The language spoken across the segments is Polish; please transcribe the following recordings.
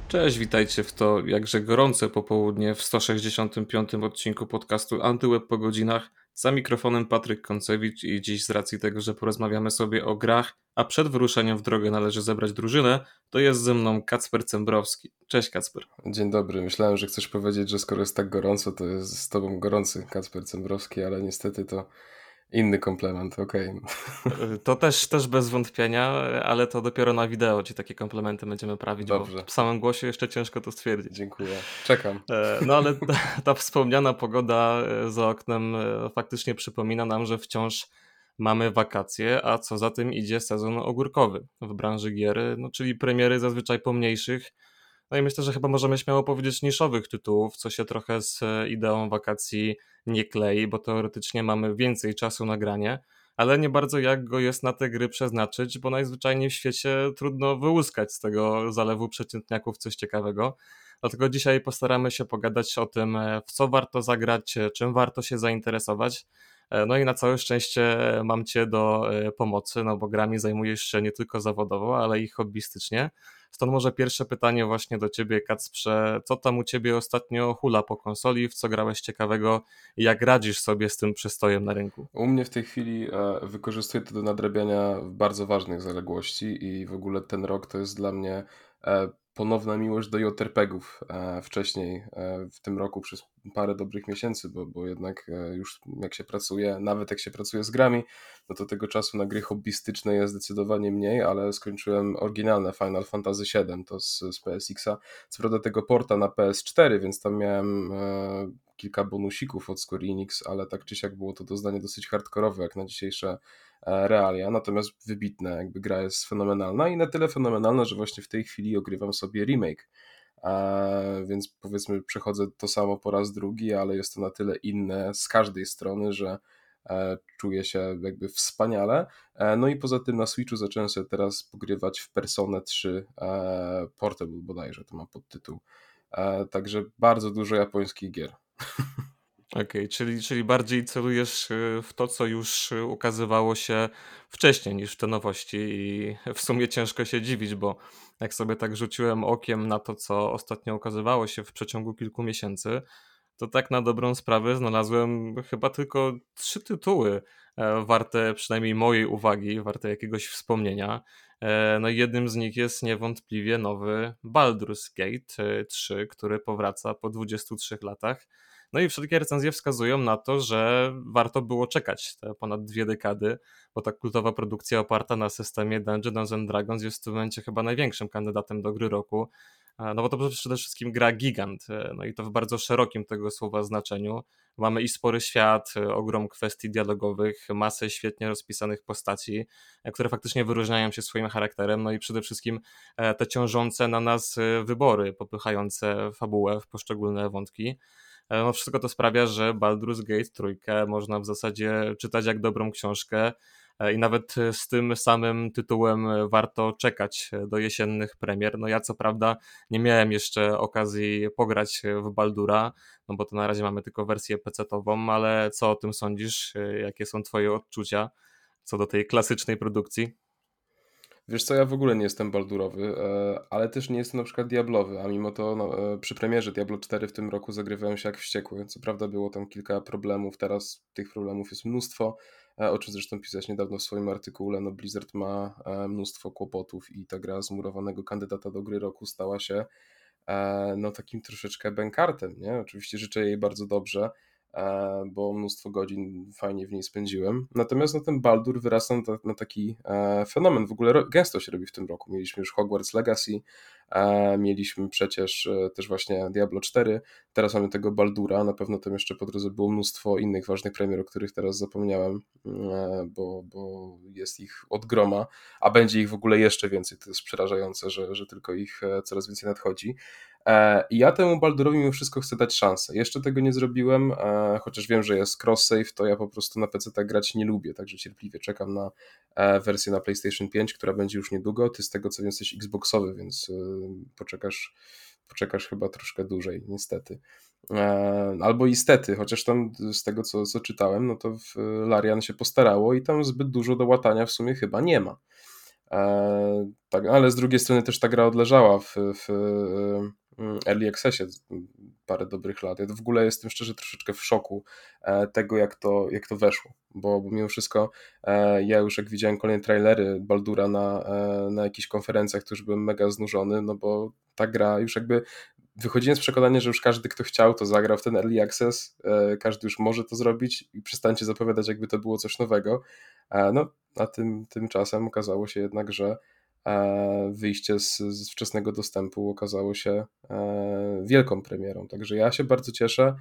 Cześć, witajcie w to jakże gorące popołudnie w 165. odcinku podcastu Antyweb po godzinach. Za mikrofonem Patryk Koncewicz i dziś z racji tego, że porozmawiamy sobie o grach, a przed wyruszeniem w drogę należy zebrać drużynę, to jest ze mną Kacper Cembrowski. Cześć Kacper. Dzień dobry. Myślałem, że chcesz powiedzieć, że skoro jest tak gorąco, to jest z tobą gorący Kacper Cembrowski, ale niestety to inny komplement. Okej. To też bez wątpienia, ale to dopiero na wideo ci takie komplementy będziemy prawić, bo Dobrze. w samym głosie jeszcze ciężko to stwierdzić. Dziękuję. Czekam. No ale ta wspomniana pogoda za oknem faktycznie przypomina nam, że wciąż mamy wakacje, a co za tym idzie sezon ogórkowy w branży gier, no czyli premiery zazwyczaj pomniejszych. No i myślę, że chyba możemy śmiało powiedzieć niszowych tytułów, co się trochę z ideą wakacji nie klei, bo teoretycznie mamy więcej czasu na granie, ale nie bardzo jak go jest na te gry przeznaczyć, bo najzwyczajniej w świecie trudno wyłuskać z tego zalewu przeciętniaków coś ciekawego. Dlatego dzisiaj postaramy się pogadać o tym, w co warto zagrać, czym warto się zainteresować. No i na całe szczęście mam Cię do pomocy, no bo grami zajmujesz się nie tylko zawodowo, ale i hobbystycznie. Stąd może pierwsze pytanie właśnie do Ciebie, Kacprze. Co tam u Ciebie ostatnio hula po konsoli? W co grałeś ciekawego? Jak radzisz sobie z tym przestojem na rynku? U mnie w tej chwili wykorzystuję to do nadrabiania bardzo ważnych zaległości i w ogóle ten rok to jest dla mnie ponowna miłość do JRPG-ów. Wcześniej w tym roku przez parę dobrych miesięcy, bo jednak już jak się pracuje, nawet jak się pracuje z grami, no to tego czasu na gry hobbystyczne jest zdecydowanie mniej, ale skończyłem oryginalne Final Fantasy VII, to z PSX-a. Co prawda tego porta na PS4, więc tam miałem kilka bonusików od Square Enix, ale tak czy siak było to doznanie dosyć hardkorowe jak na dzisiejsze realia, natomiast wybitne, jakby gra jest fenomenalna i na tyle fenomenalna, że właśnie w tej chwili ogrywam sobie remake, więc powiedzmy przechodzę to samo po raz drugi, ale jest to na tyle inne z każdej strony, że czuję się jakby wspaniale. No i poza tym na Switchu zacząłem sobie teraz pogrywać w Personę 3 Portable bodajże, to ma podtytuł. Także bardzo dużo japońskich gier. Okej, czyli bardziej celujesz w to, co już ukazywało się wcześniej niż w te nowości i w sumie ciężko się dziwić, bo jak sobie tak rzuciłem okiem na to, co ostatnio ukazywało się w przeciągu kilku miesięcy, to tak na dobrą sprawę znalazłem chyba tylko 3 tytuły warte przynajmniej mojej uwagi, warte jakiegoś wspomnienia. No i jednym z nich jest niewątpliwie nowy Baldur's Gate 3, który powraca po 23 latach. No i wszelkie recenzje wskazują na to, że warto było czekać te ponad 2 dekady, bo ta kultowa produkcja oparta na systemie Dungeons and Dragons jest w tym momencie chyba największym kandydatem do gry roku. No bo to przede wszystkim gra gigant, no i to w bardzo szerokim tego słowa znaczeniu. Mamy i spory świat, ogrom kwestii dialogowych, masę świetnie rozpisanych postaci, które faktycznie wyróżniają się swoim charakterem, no i przede wszystkim te ciążące na nas wybory, popychające fabułę w poszczególne wątki. No wszystko to sprawia, że Baldur's Gate 3 można w zasadzie czytać jak dobrą książkę i nawet z tym samym tytułem warto czekać do jesiennych premier. No ja co prawda nie miałem jeszcze okazji pograć w Baldura, no bo to na razie mamy tylko wersję PC-tową, ale co o tym sądzisz? Jakie są twoje odczucia co do tej klasycznej produkcji? Wiesz co, ja w ogóle nie jestem baldurowy, ale też nie jestem na przykład diablowy, a mimo to no, przy premierze Diablo 4 w tym roku zagrywałem się jak wściekły. Co prawda było tam kilka problemów, teraz tych problemów jest mnóstwo, o czym zresztą pisałeś niedawno w swoim artykule. No Blizzard ma mnóstwo kłopotów i ta gra z murowanego kandydata do gry roku stała się no takim troszeczkę bękartem, nie? Oczywiście życzę jej bardzo dobrze, bo mnóstwo godzin fajnie w niej spędziłem. Natomiast no, ten Baldur wyrasta na taki fenomen. W ogóle gęsto się robi w tym roku. Mieliśmy już Hogwarts Legacy, mieliśmy przecież też właśnie Diablo 4, teraz mamy tego Baldura, na pewno tam jeszcze po drodze było mnóstwo innych ważnych premier, o których teraz zapomniałem, bo jest ich od groma, a będzie ich w ogóle jeszcze więcej. To jest przerażające, że tylko ich coraz więcej nadchodzi. I ja temu Baldurowi mimo wszystko chcę dać szansę. Jeszcze tego nie zrobiłem, chociaż wiem, że jest cross-save, to ja po prostu na PC tak grać nie lubię, także cierpliwie czekam na wersję na PlayStation 5, która będzie już niedługo. Ty z tego co wiem jesteś Xboxowy, więc poczekasz chyba troszkę dłużej, niestety. Albo istety, chociaż tam z tego co czytałem, no to Larian się postarało i tam zbyt dużo do łatania w sumie chyba nie ma. Tak, ale z drugiej strony też ta gra odleżała w Early Accessie parę dobrych lat. Ja w ogóle jestem szczerze troszeczkę w szoku tego, jak to weszło, bo mimo wszystko ja już jak widziałem kolejne trailery Baldura na jakichś konferencjach, to już byłem mega znużony, no bo ta gra już jakby wychodziłem z przekonania, że już każdy, kto chciał, to zagrał w ten Early Access, każdy już może to zrobić i przestańcie zapowiadać, jakby to było coś nowego. No, a tymczasem okazało się jednak, że wyjście z wczesnego dostępu okazało się wielką premierą. Także ja się bardzo cieszę,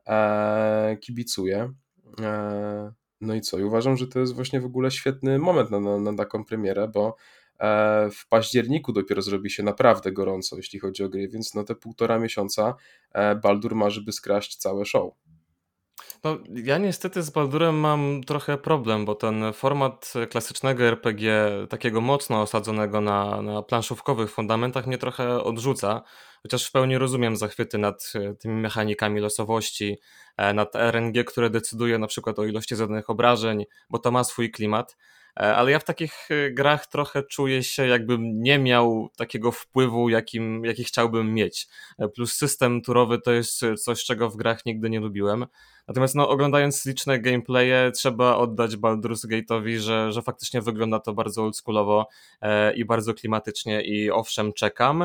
kibicuję. No i co? I uważam, że to jest właśnie w ogóle świetny moment na taką premierę, bo w październiku dopiero zrobi się naprawdę gorąco, jeśli chodzi o gry, więc no te 1,5 miesiąca Baldur ma, żeby skraść całe show. No, ja niestety z Baldurem mam trochę problem, bo ten format klasycznego RPG, takiego mocno osadzonego na planszówkowych fundamentach, mnie trochę odrzuca. Chociaż w pełni rozumiem zachwyty nad tymi mechanikami losowości, nad RNG, które decyduje na przykład o ilości zadanych obrażeń, bo to ma swój klimat. Ale ja w takich grach trochę czuję się, jakbym nie miał takiego wpływu, jaki chciałbym mieć. Plus system turowy to jest coś, czego w grach nigdy nie lubiłem. Natomiast no, oglądając liczne gameplaye, trzeba oddać Baldur's Gate'owi, że faktycznie wygląda to bardzo oldschoolowo i bardzo klimatycznie i owszem, czekam,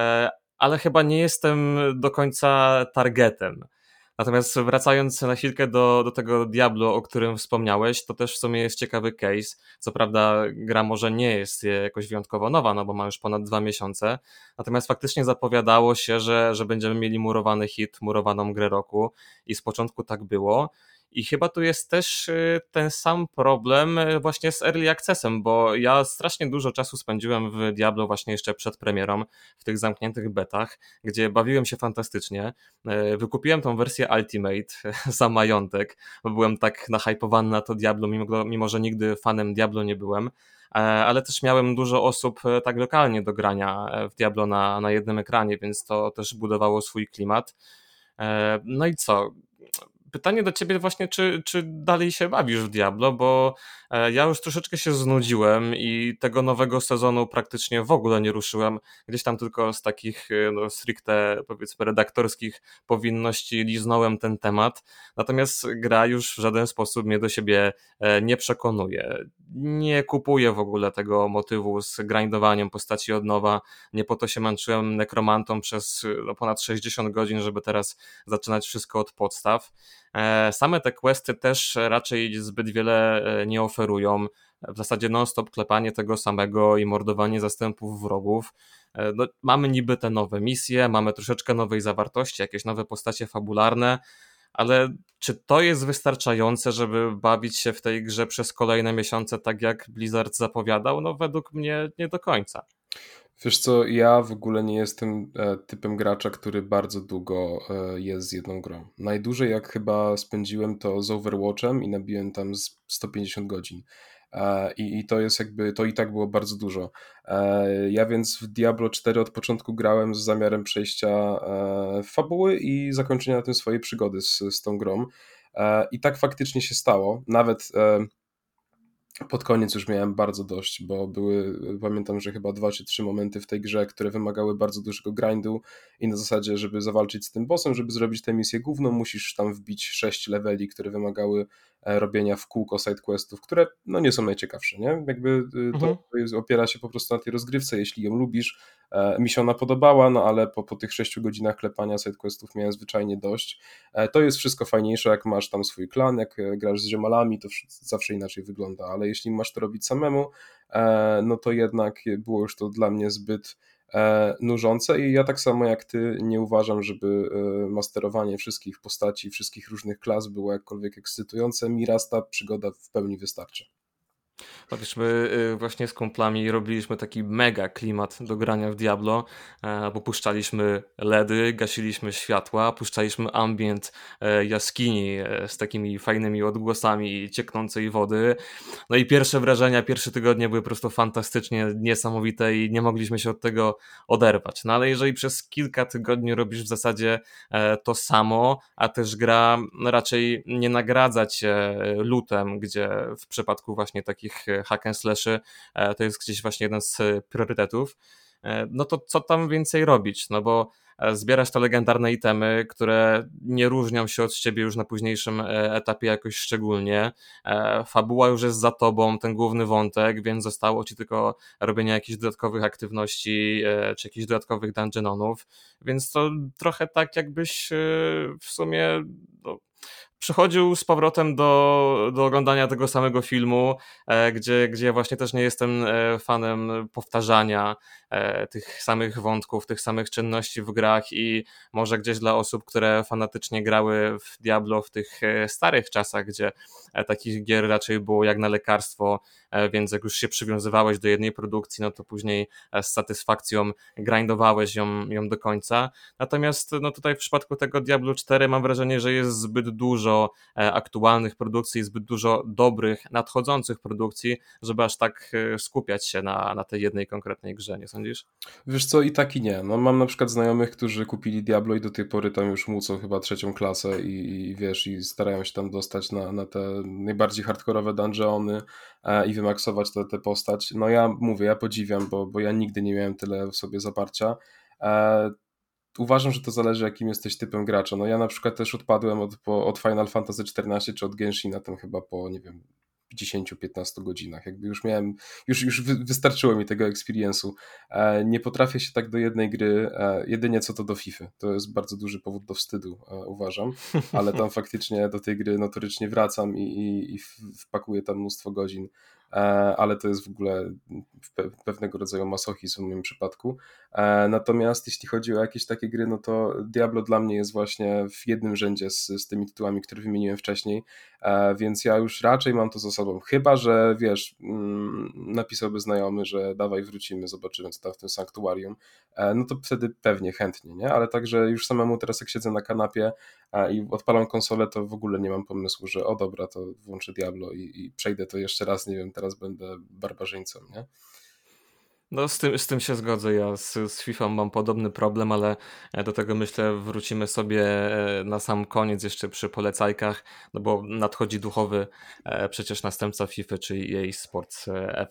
ale chyba nie jestem do końca targetem. Natomiast wracając na chwilkę do tego Diablo, o którym wspomniałeś, to też w sumie jest ciekawy case. Co prawda gra może nie jest jakoś wyjątkowo nowa, no bo ma już ponad 2 miesiące, natomiast faktycznie zapowiadało się, że będziemy mieli murowany hit, murowaną grę roku i z początku tak było. I chyba tu jest też ten sam problem właśnie z Early Accessem, bo ja strasznie dużo czasu spędziłem w Diablo właśnie jeszcze przed premierą, w tych zamkniętych betach, gdzie bawiłem się fantastycznie. Wykupiłem tą wersję Ultimate za majątek, bo byłem tak nahypowany na to Diablo, mimo że nigdy fanem Diablo nie byłem, ale też miałem dużo osób tak lokalnie do grania w Diablo na jednym ekranie, więc to też budowało swój klimat. No i co? Pytanie do ciebie właśnie, czy dalej się bawisz w Diablo, bo ja już troszeczkę się znudziłem i tego nowego sezonu praktycznie w ogóle nie ruszyłem. Gdzieś tam tylko z takich no, stricte powiedzmy redaktorskich powinności liznąłem ten temat. Natomiast gra już w żaden sposób mnie do siebie nie przekonuje. Nie kupuję w ogóle tego motywu z grindowaniem postaci od nowa. Nie po to się męczyłem nekromantą przez no, ponad 60 godzin, żeby teraz zaczynać wszystko od podstaw. Same te questy też raczej zbyt wiele nie oferują. W zasadzie non-stop klepanie tego samego i mordowanie zastępów wrogów. No, mamy niby te nowe misje, mamy troszeczkę nowej zawartości, jakieś nowe postacie fabularne, ale czy to jest wystarczające, żeby bawić się w tej grze przez kolejne miesiące, tak jak Blizzard zapowiadał? No według mnie nie do końca. Wiesz co, ja w ogóle nie jestem typem gracza, który bardzo długo jest z jedną grą. Najdłużej jak chyba spędziłem to z Overwatchem i nabiłem tam z 150 godzin. I to jest jakby, to i tak było bardzo dużo. Ja więc w Diablo 4 od początku grałem z zamiarem przejścia fabuły i zakończenia na tym swojej przygody z tą grą. I tak faktycznie się stało. Nawet pod koniec już miałem bardzo dość, bo pamiętam, że chyba 2 czy 3 momenty w tej grze, które wymagały bardzo dużego grindu i na zasadzie, żeby zawalczyć z tym bossem, żeby zrobić tę misję główną, musisz tam wbić 6 leveli, które wymagały robienia w kółko sidequestów, które no nie są najciekawsze, nie? Jakby Mhm. opiera się po prostu na tej rozgrywce, jeśli ją lubisz. Mi się ona podobała, no ale po tych 6 godzinach klepania sidequestów miałem zwyczajnie dość. To jest wszystko fajniejsze, jak masz tam swój klan, jak grasz z ziomalami, to zawsze inaczej wygląda, ale jeśli masz to robić samemu, no to jednak było już to dla mnie zbyt nużące i ja tak samo jak ty nie uważam, żeby masterowanie wszystkich postaci, wszystkich różnych klas było jakkolwiek ekscytujące. Mi raz ta przygoda w pełni wystarczy. No wiesz, my właśnie z kumplami robiliśmy taki mega klimat do grania w Diablo, bo puszczaliśmy LEDy, gasiliśmy światła, puszczaliśmy ambient jaskini z takimi fajnymi odgłosami cieknącej wody. No i pierwsze wrażenia, pierwsze tygodnie były po prostu fantastycznie niesamowite i nie mogliśmy się od tego oderwać. No ale jeżeli przez kilka tygodni robisz w zasadzie to samo, a też gra raczej nie nagradza cię lutem, gdzie w przypadku właśnie takich takich hack and slashy to jest gdzieś właśnie jeden z priorytetów. No to co tam więcej robić? No bo zbierasz te legendarne itemy, które nie różnią się od ciebie już na późniejszym etapie jakoś szczególnie. Fabuła już jest za tobą, ten główny wątek, więc zostało ci tylko robienie jakichś dodatkowych aktywności, czy jakichś dodatkowych dungeonów, więc to trochę tak jakbyś w sumie no, przechodził z powrotem do oglądania tego samego filmu, gdzie ja właśnie też nie jestem fanem powtarzania tych samych wątków, tych samych czynności w grach i może gdzieś dla osób, które fanatycznie grały w Diablo w tych starych czasach, gdzie takich gier raczej było jak na lekarstwo, więc jak już się przywiązywałeś do jednej produkcji, no to później z satysfakcją grindowałeś ją do końca. Natomiast no tutaj w przypadku tego Diablo 4 mam wrażenie, że jest zbyt dużo aktualnych produkcji, zbyt dużo dobrych, nadchodzących produkcji, żeby aż tak skupiać się na tej jednej konkretnej grze, nie sądzisz? Wiesz co, i tak i nie. No, mam na przykład znajomych, którzy kupili Diablo i do tej pory tam już mucą chyba trzecią klasę i wiesz, i starają się tam dostać na te najbardziej hardkorowe dungeony i wymaksować tę postać. No ja mówię, ja podziwiam, bo ja nigdy nie miałem tyle w sobie zaparcia. E, Uważam, że to zależy, jakim jesteś typem gracza. No ja na przykład też odpadłem od Final Fantasy XIV czy od Genshina tam chyba po, nie wiem, 10-15 godzinach. Jakby już miałem, już wystarczyło mi tego experience'u. Nie potrafię się tak do jednej gry, jedynie co to do FIFA. To jest bardzo duży powód do wstydu, uważam, ale tam faktycznie do tej gry notorycznie wracam i wpakuję tam mnóstwo godzin. Ale to jest w ogóle pewnego rodzaju masochizm w moim przypadku. Natomiast jeśli chodzi o jakieś takie gry, no to Diablo dla mnie jest właśnie w jednym rzędzie z tymi tytułami, które wymieniłem wcześniej, więc ja już raczej mam to za sobą. Chyba że wiesz, napisałby znajomy, że dawaj wrócimy, zobaczymy co tam w tym sanktuarium, no to wtedy pewnie chętnie, nie? Ale także już samemu teraz jak siedzę na kanapie i odpalam konsolę, to w ogóle nie mam pomysłu, że o dobra, to włączę Diablo i przejdę to jeszcze raz, nie wiem, teraz będę barbarzyńcą, nie? No z tym się zgodzę. Ja z FIFA mam podobny problem, ale do tego myślę wrócimy sobie na sam koniec jeszcze przy polecajkach, no bo nadchodzi duchowy przecież następca FIFA, czyli EA Sports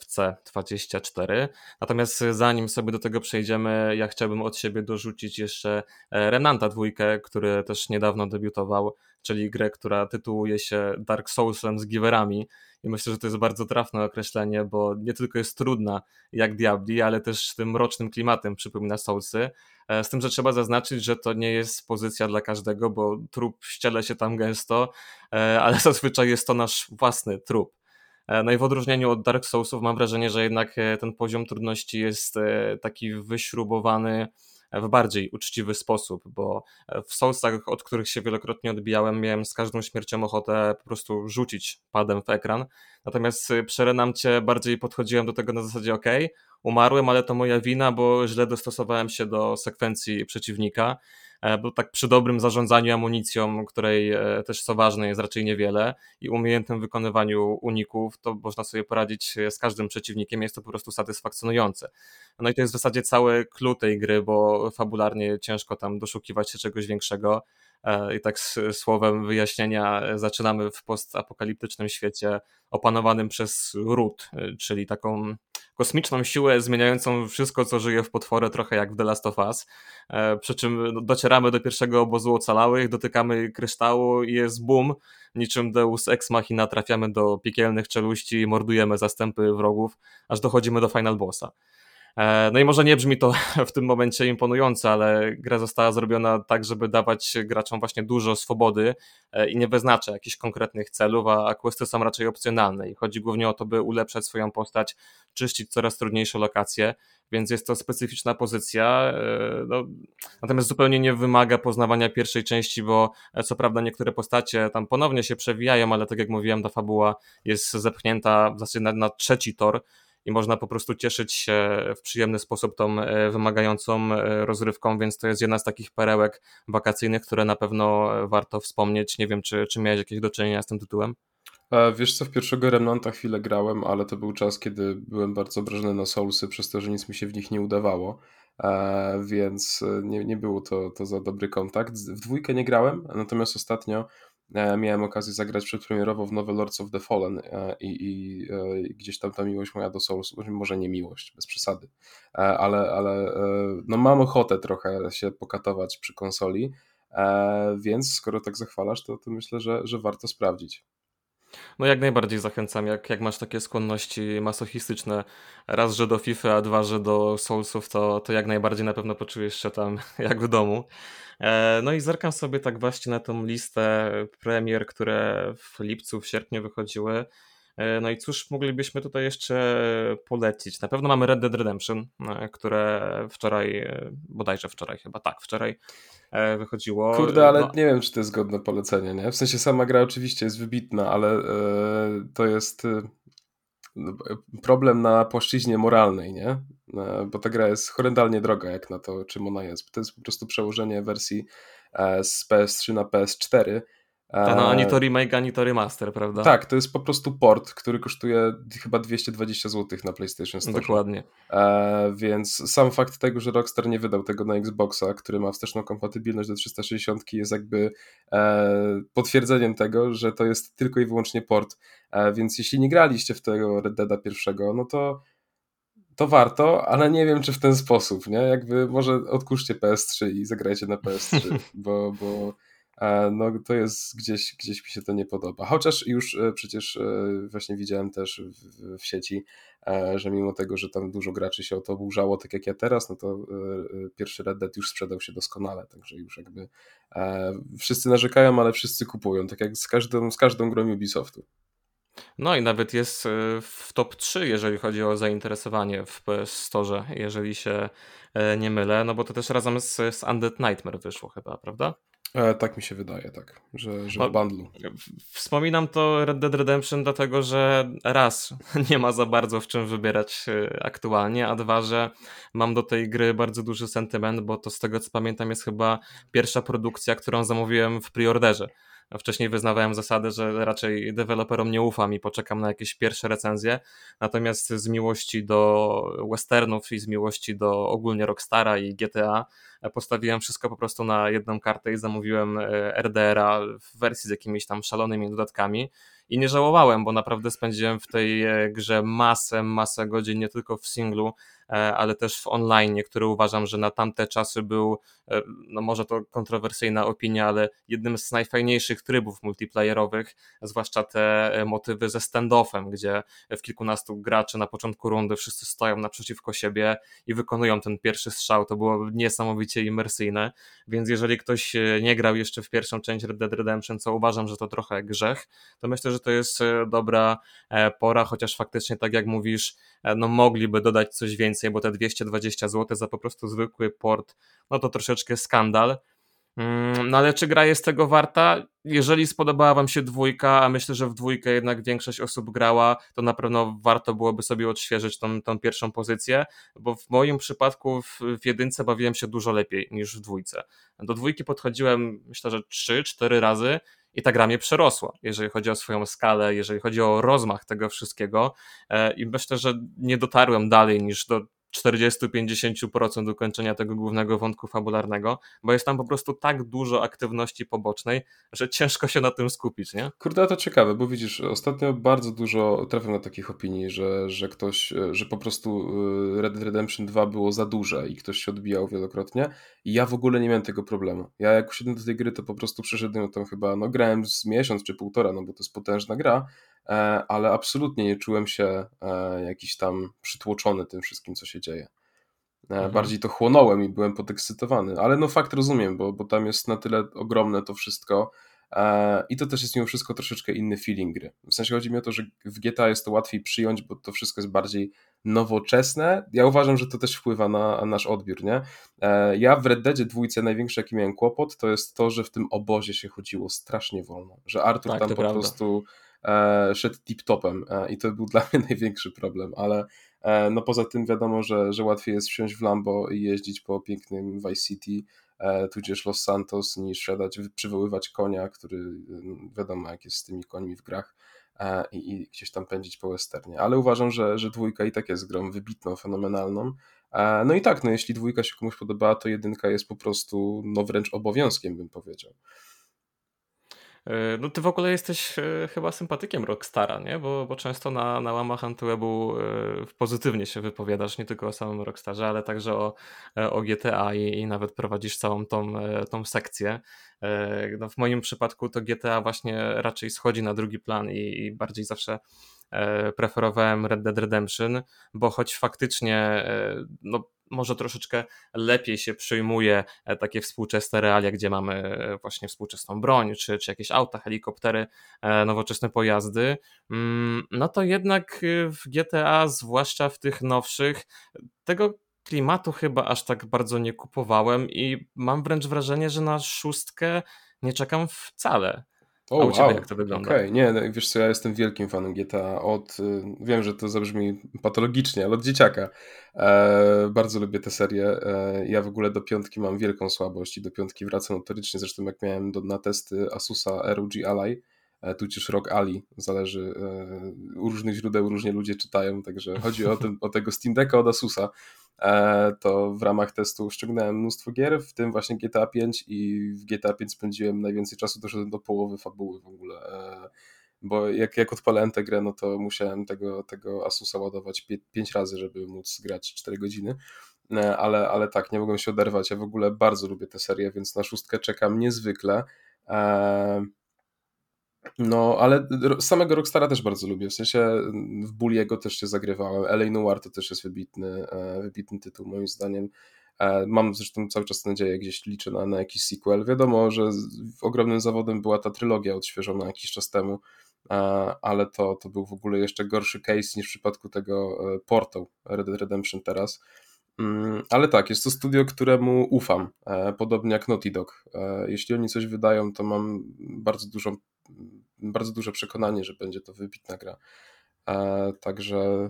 FC24. Natomiast zanim sobie do tego przejdziemy, ja chciałbym od siebie dorzucić jeszcze Remnanta 2, który też niedawno debiutował, czyli grę, która tytułuje się Dark Soulsem z giverami. I myślę, że to jest bardzo trafne określenie, bo nie tylko jest trudna jak Diabli, ale też tym mrocznym klimatem przypomina Soulsy. Z tym, że trzeba zaznaczyć, że to nie jest pozycja dla każdego, bo trup ściele się tam gęsto, ale zazwyczaj jest to nasz własny trup. No i w odróżnieniu od Dark Soulsów mam wrażenie, że jednak ten poziom trudności jest taki wyśrubowany w bardziej uczciwy sposób, bo w Soulsach, od których się wielokrotnie odbijałem, miałem z każdą śmiercią ochotę po prostu rzucić padem w ekran. Natomiast przy Renamcie bardziej podchodziłem do tego na zasadzie ok, umarłem, ale to moja wina, bo źle dostosowałem się do sekwencji przeciwnika, bo tak przy dobrym zarządzaniu amunicją, której też co ważne jest raczej niewiele i umiejętnym wykonywaniu uników, to można sobie poradzić z każdym przeciwnikiem, jest to po prostu satysfakcjonujące. No i to jest w zasadzie cały clue tej gry, bo fabularnie ciężko tam doszukiwać się czegoś większego. I tak słowem wyjaśnienia zaczynamy w postapokaliptycznym świecie opanowanym przez ród, czyli taką kosmiczną siłę zmieniającą wszystko, co żyje w potworze, trochę jak w The Last of Us. Przy czym no, docieramy do pierwszego obozu ocalałych, dotykamy kryształu i jest boom, niczym Deus Ex Machina trafiamy do piekielnych czeluści i mordujemy zastępy wrogów, aż dochodzimy do final bossa. No i może nie brzmi to w tym momencie imponująco, ale gra została zrobiona tak, żeby dawać graczom właśnie dużo swobody i nie wyznacza jakichś konkretnych celów, a questy są raczej opcjonalne i chodzi głównie o to, by ulepszać swoją postać, czyścić coraz trudniejsze lokacje, więc jest to specyficzna pozycja, no, natomiast zupełnie nie wymaga poznawania pierwszej części, bo co prawda niektóre postacie tam ponownie się przewijają, ale tak jak mówiłem, ta fabuła jest zepchnięta w zasadzie na trzeci tor, i można po prostu cieszyć się w przyjemny sposób tą wymagającą rozrywką, więc to jest jedna z takich perełek wakacyjnych, które na pewno warto wspomnieć. Nie wiem, czy miałeś jakieś do czynienia z tym tytułem? Wiesz co, w pierwszego Remnanta chwilę grałem, ale to był czas, kiedy byłem bardzo obrażony na Soulsy przez to, że nic mi się w nich nie udawało, więc nie było to za dobry kontakt. W dwójkę nie grałem, natomiast ostatnio Miałem okazję zagrać przedpremierowo w nowe Lords of the Fallen i gdzieś tam ta miłość moja do Souls, może nie miłość, bez przesady, ale no mam ochotę trochę się pokatować przy konsoli, więc skoro tak zachwalasz, to myślę, że warto sprawdzić. No jak najbardziej zachęcam, jak masz takie skłonności masochistyczne, raz, że do FIFA, a dwa, że do Soulsów, to jak najbardziej na pewno poczujesz się tam jak w domu. No i zerkam sobie tak właśnie na tą listę premier, które w lipcu, w sierpniu wychodziły. No i cóż moglibyśmy tutaj jeszcze polecić? Na pewno mamy Red Dead Redemption, które wczoraj, bodajże wczoraj chyba, tak, wczoraj wychodziło. Kurde, ale No, nie wiem, czy to jest godne polecenia, nie? W sensie sama gra oczywiście jest wybitna, ale to jest no, problem na płaszczyźnie moralnej, nie? Bo ta gra jest horrendalnie droga, jak na to, czym ona jest. To jest po prostu przełożenie wersji z PS3 na PS4. no ani to remake, ani to remaster, prawda? Tak, to jest po prostu port, który kosztuje chyba 220 zł na PlayStation Store. Dokładnie. Więc sam fakt tego, że Rockstar nie wydał tego na Xboxa, który ma wsteczną kompatybilność do 360, jest jakby potwierdzeniem tego, że to jest tylko i wyłącznie port. Więc jeśli nie graliście w tego Red Deada pierwszego, no to warto, ale nie wiem, czy w ten sposób, nie? Jakby może odkurzcie PS3 i zagrajcie na PS3, bo no to jest gdzieś mi się to nie podoba. Chociaż już przecież właśnie widziałem też w sieci, że mimo tego, że tam dużo graczy się o to oburzało, tak jak ja teraz, no to pierwszy Red Dead już sprzedał się doskonale, także już jakby wszyscy narzekają, ale wszyscy kupują, tak jak z każdą grą Ubisoftu. No i nawet jest w top 3, jeżeli chodzi o zainteresowanie w PS Store, jeżeli się nie mylę, no bo to też razem z Undead Nightmare wyszło chyba, prawda? Tak mi się wydaje, tak, że w No, bundlu. wspominam to Red Dead Redemption dlatego, że raz, nie ma za bardzo w czym wybierać aktualnie, a dwa, że mam do tej gry bardzo duży sentyment, bo to z tego co pamiętam jest chyba pierwsza produkcja, którą zamówiłem w preorderze. A wcześniej wyznawałem zasadę, że raczej deweloperom nie ufam i poczekam na jakieś pierwsze recenzje, natomiast z miłości do westernów i z miłości do ogólnie Rockstara i GTA postawiłem wszystko po prostu na jedną kartę i zamówiłem RDR-a w wersji z jakimiś tam szalonymi dodatkami i nie żałowałem, bo naprawdę spędziłem w tej grze masę godzin, nie tylko w singlu, ale też w online, który uważam, że na tamte czasy był, no może to kontrowersyjna opinia, ale jednym z najfajniejszych trybów multiplayerowych, zwłaszcza te motywy ze standoffem, gdzie w kilkunastu graczy na początku rundy wszyscy stoją naprzeciwko siebie i wykonują ten pierwszy strzał. To było niesamowicie imersyjne, więc jeżeli ktoś nie grał jeszcze w pierwszą część Red Dead Redemption, co uważam, że to trochę grzech, to myślę, że to jest dobra pora, chociaż faktycznie tak jak mówisz, no mogliby dodać coś więcej, bo te 220 zł za po prostu zwykły port, no to troszeczkę skandal. No ale czy gra jest tego warta? Jeżeli spodobała wam się dwójka, a myślę, że w dwójkę jednak większość osób grała, to na pewno warto byłoby sobie odświeżyć tą pierwszą pozycję, bo w moim przypadku w jedynce bawiłem się dużo lepiej niż w dwójce. Do dwójki podchodziłem myślę, że 3-4 razy i ta gra mnie przerosła, jeżeli chodzi o swoją skalę, jeżeli chodzi o rozmach tego wszystkiego i myślę, że nie dotarłem dalej niż do 40-50% ukończenia tego głównego wątku fabularnego, bo jest tam po prostu tak dużo aktywności pobocznej, że ciężko się na tym skupić, nie? Kurde, to ciekawe, bo widzisz, ostatnio bardzo dużo trafiam na takich opinii, że ktoś, że po prostu Red Dead Redemption 2 było za duże i ktoś się odbijał wielokrotnie i ja w ogóle nie miałem tego problemu. Ja jak usiadłem do tej gry, to po prostu przeszedłem tam chyba, no grałem z miesiąc czy półtora, no bo to jest potężna gra, ale absolutnie nie czułem się jakiś tam przytłoczony tym wszystkim, co się dzieje. Mhm. Bardziej to chłonąłem i byłem podekscytowany, ale no fakt rozumiem, bo tam jest na tyle ogromne to wszystko i to też jest mimo wszystko troszeczkę inny feeling gry. W sensie chodzi mi o to, że w GTA jest to łatwiej przyjąć, bo to wszystko jest bardziej nowoczesne. Ja uważam, że to też wpływa na nasz odbiór, nie? Ja w Red Deadzie dwójce największy jaki miałem kłopot, to jest to, że w tym obozie się chodziło strasznie wolno, że Artur Tak, tam to po prawda. prostu szedł tip-topem i to był dla mnie największy problem, ale no poza tym wiadomo, że łatwiej jest wsiąść w Lambo i jeździć po pięknym Vice City, tudzież Los Santos, niż siadać, przywoływać konia, który wiadomo jak jest z tymi końmi w grach i gdzieś tam pędzić po westernie. Ale uważam, że dwójka i tak jest grą wybitną, fenomenalną. No i tak, no jeśli dwójka się komuś podobała, to jedynka jest po prostu no wręcz obowiązkiem, bym powiedział. No ty w ogóle jesteś chyba sympatykiem Rockstara, nie? Bo często na łamach Antywebu pozytywnie się wypowiadasz, nie tylko o samym Rockstarze, ale także o GTA i nawet prowadzisz całą tą sekcję. No w moim przypadku to GTA właśnie raczej schodzi na drugi plan i bardziej zawsze preferowałem Red Dead Redemption, bo choć faktycznie no, może troszeczkę lepiej się przyjmuje takie współczesne realia, gdzie mamy właśnie współczesną broń, czy jakieś auta, helikoptery, nowoczesne pojazdy, no to jednak w GTA, zwłaszcza w tych nowszych, tego klimatu chyba aż tak bardzo nie kupowałem i mam wręcz wrażenie, że na szóstkę nie czekam wcale. O A u ciebie jak wow, to wygląda? okej. Nie, no, wiesz co, ja jestem wielkim fanem GTA wiem, że to zabrzmi patologicznie, ale od dzieciaka. Bardzo lubię tę serię. Ja w ogóle do piątki mam wielką słabość i do piątki wracam notorycznie, zresztą jak miałem na testy Asusa ROG Ally, tudzież ROG Ali, zależy, u różnych źródeł różnie ludzie czytają, także chodzi o tego Steam Decka od Asusa. To w ramach testu ściągnąłem mnóstwo gier, w tym właśnie GTA 5 i w GTA 5 spędziłem najwięcej czasu, doszedłem do połowy fabuły w ogóle, bo jak odpalałem tę grę, no to musiałem tego Asusa ładować 5 razy, żeby móc grać 4 godziny, ale tak, nie mogłem się oderwać, ja w ogóle bardzo lubię tę serię, więc na szóstkę czekam niezwykle. E, no, ale samego Rockstara też bardzo lubię, w sensie w Bulliego też się zagrywałem, L.A. Noire to też jest wybitny tytuł moim zdaniem. Mam zresztą cały czas nadzieję, gdzieś liczę na jakiś sequel. Wiadomo, że ogromnym zawodem była ta trylogia odświeżona jakiś czas temu, ale to był w ogóle jeszcze gorszy case niż w przypadku tego Portal Red Dead Redemption teraz. Ale tak, jest to studio, któremu ufam, podobnie jak Naughty Dog. Jeśli oni coś wydają, to mam bardzo duże przekonanie, że będzie to wybitna gra. Także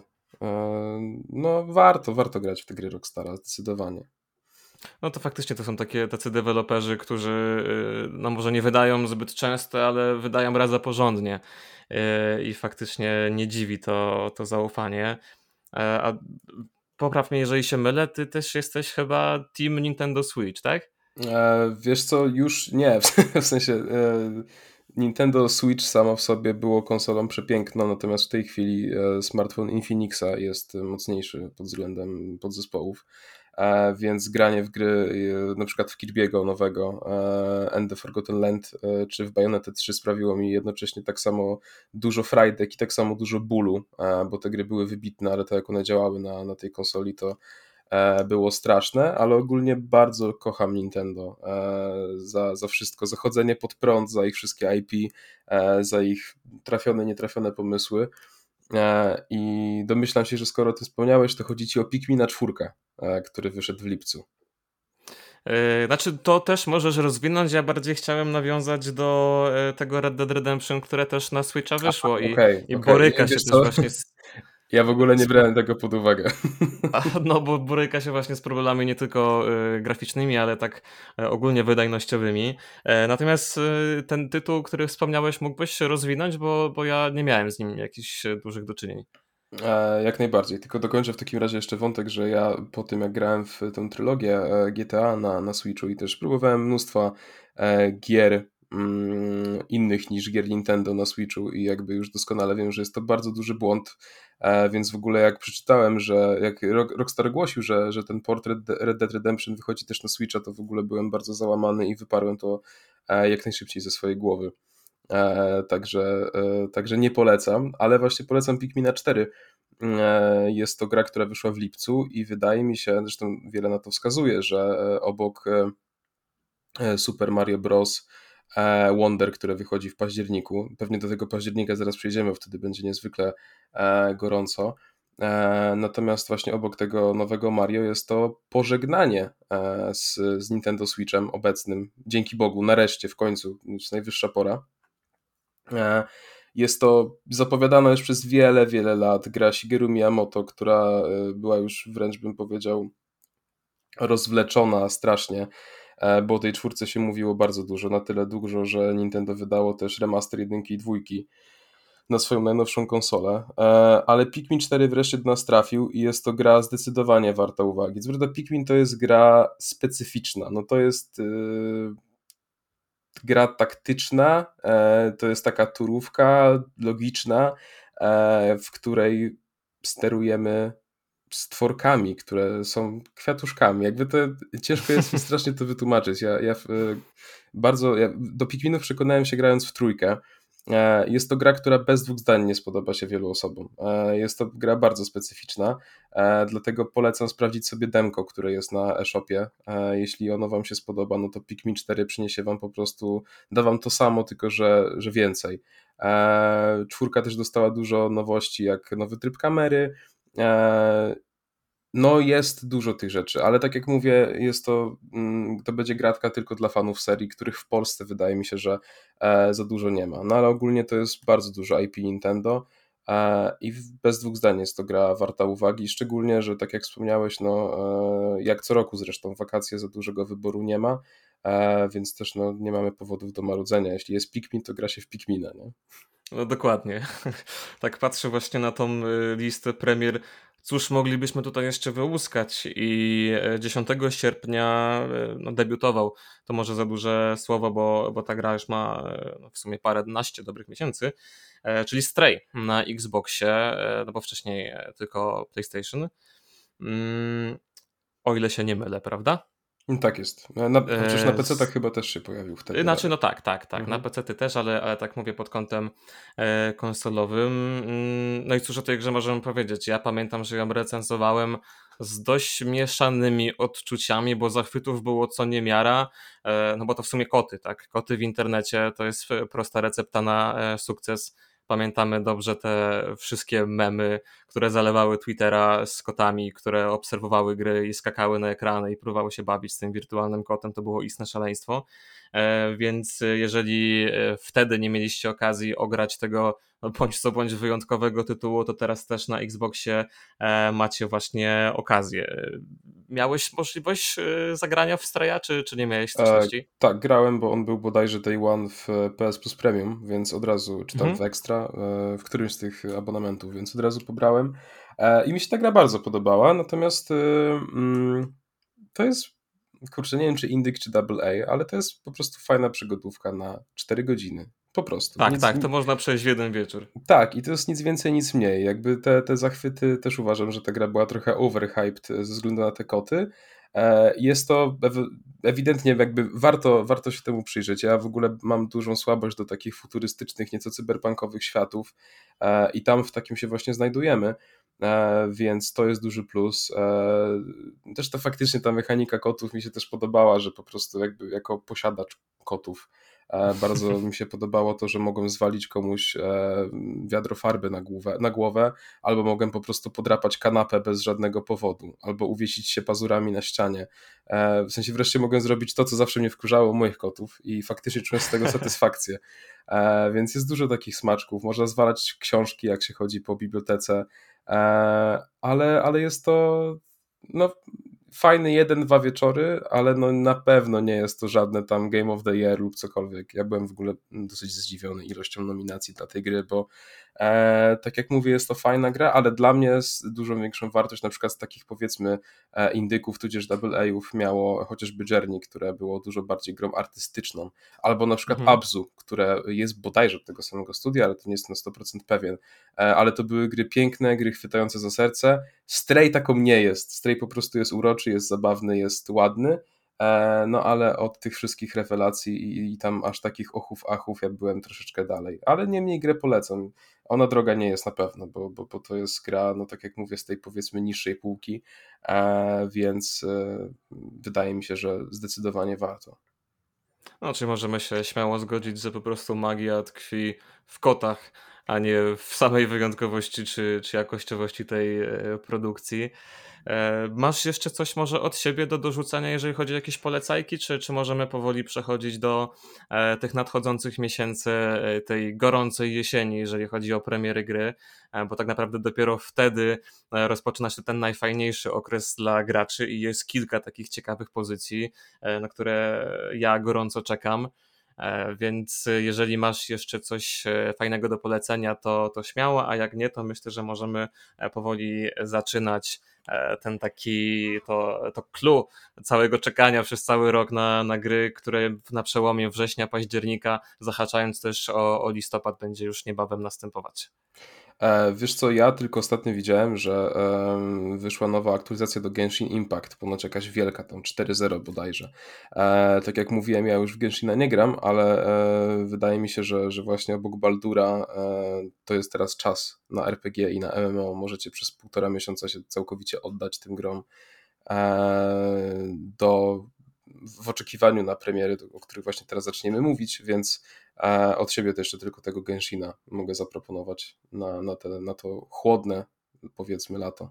no warto grać w te gry Rockstara, zdecydowanie. No to faktycznie to są tacy deweloperzy, którzy no może nie wydają zbyt często, ale wydają raz za porządnie. I faktycznie nie dziwi to zaufanie. A popraw mnie, jeżeli się mylę, ty też jesteś chyba Team Nintendo Switch, tak? Wiesz co, już nie, w sensie Nintendo Switch samo w sobie było konsolą przepiękną, natomiast w tej chwili smartfon Infinixa jest mocniejszy pod względem podzespołów, więc granie w gry na przykład w Kirby'ego nowego and the Forgotten Land czy w Bayonetta 3 sprawiło mi jednocześnie tak samo dużo frajdy i tak samo dużo bólu, bo te gry były wybitne, ale to jak one działały na tej konsoli to było straszne, ale ogólnie bardzo kocham Nintendo za wszystko, za chodzenie pod prąd, za ich wszystkie IP, za ich trafione, nietrafione pomysły i domyślam się, że skoro o tym wspomniałeś, to chodzi ci o Pikmina 4, który wyszedł w lipcu. Znaczy, to też możesz rozwinąć. Ja bardziej chciałem nawiązać do tego Red Dead Redemption, które też na Switcha wyszło i Okej. Nie, boryka się wiesz też co, właśnie ja w ogóle nie z brałem tego pod uwagę. no bo boryka się właśnie z problemami nie tylko graficznymi, ale tak ogólnie wydajnościowymi. Natomiast ten tytuł, który wspomniałeś, mógłbyś rozwinąć, bo ja nie miałem z nim jakichś dużych do czynień. Jak najbardziej, tylko dokończę w takim razie jeszcze wątek, że ja po tym jak grałem w tę trylogię GTA na Switchu i też próbowałem mnóstwa gier innych niż gier Nintendo na Switchu i jakby już doskonale wiem, że jest to bardzo duży błąd, więc w ogóle jak przeczytałem, że jak Rockstar ogłosił, że ten port Red Dead Redemption wychodzi też na Switcha, to w ogóle byłem bardzo załamany i wyparłem to jak najszybciej ze swojej głowy. Także nie polecam, ale właśnie polecam Pikmina 4. Jest to gra, która wyszła w lipcu i wydaje mi się, zresztą wiele na to wskazuje, że obok Super Mario Bros. Wonder, które wychodzi w październiku, pewnie do tego października zaraz przejdziemy, wtedy będzie niezwykle gorąco. Natomiast właśnie obok tego nowego Mario jest to pożegnanie z Nintendo Switchem obecnym. Dzięki Bogu, nareszcie, w końcu, jest najwyższa pora. Jest to zapowiadana już przez wiele, wiele lat gra Shigeru Miyamoto, która była już wręcz bym powiedział rozwleczona strasznie, bo o tej czwórce się mówiło bardzo dużo, na tyle dużo, że Nintendo wydało też remaster 1 i 2 na swoją najnowszą konsolę, ale Pikmin 4 wreszcie do nas trafił i jest to gra zdecydowanie warta uwagi. Co prawda Pikmin to jest gra specyficzna, no to jest gra taktyczna, to jest taka turówka logiczna, w której sterujemy stworkami, które są kwiatuszkami. Jakby to ciężko jest mi strasznie to wytłumaczyć. Ja do Pikminów przekonałem się grając w trójkę. Jest to gra, która bez dwóch zdań nie spodoba się wielu osobom. Jest to gra bardzo specyficzna, dlatego polecam sprawdzić sobie demko, które jest na eShopie. Jeśli ono wam się spodoba, no to Pikmin 4 przyniesie wam po prostu, da wam to samo, tylko że więcej. Czwórka też dostała dużo nowości, jak nowy tryb kamery. No jest dużo tych rzeczy, ale tak jak mówię, to będzie gratka tylko dla fanów serii, których w Polsce wydaje mi się, że za dużo nie ma. No ale ogólnie to jest bardzo dużo IP Nintendo i bez dwóch zdań jest to gra warta uwagi, szczególnie, że tak jak wspomniałeś, no jak co roku zresztą wakacje za dużego wyboru nie ma, więc też no, nie mamy powodów do marudzenia. Jeśli jest Pikmin, to gra się w Pikmina, nie? No dokładnie. Tak patrzę właśnie na tą listę premier. Cóż moglibyśmy tutaj jeszcze wyłuskać? I 10 sierpnia no, debiutował. To może za duże słowo, bo ta gra już ma no, w sumie paręnaście dobrych miesięcy. Czyli Stray na Xboxie, no bo wcześniej tylko PlayStation. O ile się nie mylę, prawda? Tak jest. Chociaż na PC-tach chyba też się pojawił wtedy. Znaczy, no tak, na Mhm. PC-ty też, ale tak mówię pod kątem konsolowym. No i cóż o tej grze możemy powiedzieć? Ja pamiętam, że ją recenzowałem z dość mieszanymi odczuciami, bo zachwytów było co niemiara, no bo to w sumie koty, tak? Koty w internecie to jest prosta recepta na sukces. Pamiętamy dobrze te wszystkie memy, które zalewały Twittera z kotami, które obserwowały gry i skakały na ekrany i próbowały się bawić z tym wirtualnym kotem. To było istne szaleństwo. Więc jeżeli wtedy nie mieliście okazji ograć tego no bądź co bądź wyjątkowego tytułu, to teraz też na Xboxie macie właśnie okazję. Miałeś możliwość zagrania w Straya, czy nie miałeś styczności? Tak, grałem, bo on był bodajże Day One w PS Plus Premium, więc od razu, czy tam Mhm. w Extra, w którymś z tych abonamentów, więc od razu pobrałem. I mi się ta gra bardzo podobała, natomiast to jest, kurczę, nie wiem czy Indyk, czy Double A, ale to jest po prostu fajna przygodówka na 4 godziny. Po prostu. Tak, to można przejść w jeden wieczór. Tak, i to jest nic więcej, nic mniej. Jakby te zachwyty też uważam, że ta gra była trochę overhyped ze względu na te koty. Jest to ewidentnie jakby warto się temu przyjrzeć. Ja w ogóle mam dużą słabość do takich futurystycznych, nieco cyberpunkowych światów i tam w takim się właśnie znajdujemy, więc to jest duży plus. Też to faktycznie ta mechanika kotów mi się też podobała, że po prostu jakby jako posiadacz kotów bardzo mi się podobało to, że mogłem zwalić komuś wiadro farby na głowę, albo mogłem po prostu podrapać kanapę bez żadnego powodu, albo uwiesić się pazurami na ścianie. W sensie wreszcie mogłem zrobić to, co zawsze mnie wkurzało u moich kotów i faktycznie czułem z tego satysfakcję. Więc jest dużo takich smaczków. Można zwalać książki, jak się chodzi po bibliotece, ale jest to no, fajny jeden, dwa wieczory, ale no na pewno nie jest to żadne tam Game of the Year lub cokolwiek. Ja byłem w ogóle dosyć zdziwiony ilością nominacji dla tej gry, bo tak jak mówię, jest to fajna gra, ale dla mnie jest dużo większą wartość na przykład z takich powiedzmy indyków, tudzież double A'ów miało chociażby Journey, które było dużo bardziej grą artystyczną, albo na przykład Mhm. Abzu, które jest bodajże od tego samego studia, ale to nie jestem na 100% pewien, ale to były gry piękne, gry chwytające za serce. Stray taką nie jest. Stray po prostu jest uroczy, jest zabawny, jest ładny, no ale od tych wszystkich rewelacji i tam aż takich ochów, achów ja byłem troszeczkę dalej. Ale niemniej grę polecam. Ona droga nie jest na pewno, bo to jest gra, no tak jak mówię, z tej powiedzmy niższej półki, więc wydaje mi się, że zdecydowanie warto. No, czy możemy się śmiało zgodzić, że po prostu magia tkwi w kotach, a nie w samej wyjątkowości czy jakościowości tej produkcji. Masz jeszcze coś może od siebie do dorzucania, jeżeli chodzi o jakieś polecajki, czy możemy powoli przechodzić do tych nadchodzących miesięcy, tej gorącej jesieni, jeżeli chodzi o premiery gry, bo tak naprawdę dopiero wtedy rozpoczyna się ten najfajniejszy okres dla graczy i jest kilka takich ciekawych pozycji, na które ja gorąco czekam. Więc jeżeli masz jeszcze coś fajnego do polecenia, to śmiało, a jak nie, to myślę, że możemy powoli zaczynać to clue całego czekania przez cały rok na gry, które na przełomie września, października, zahaczając też o listopad, będzie już niebawem następować. Wiesz co, ja tylko ostatnio widziałem, że wyszła nowa aktualizacja do Genshin Impact, ponoć jakaś wielka, tam 4.0 bodajże. Tak jak mówiłem, ja już w Genshina nie gram, ale wydaje mi się, że właśnie obok Baldura to jest teraz czas na RPG i na MMO. Możecie przez 1,5 miesiąca się całkowicie oddać tym grom do, w oczekiwaniu na premiery, o których właśnie teraz zaczniemy mówić, więc od siebie to jeszcze tylko tego Genshina mogę zaproponować na to chłodne, powiedzmy, lato.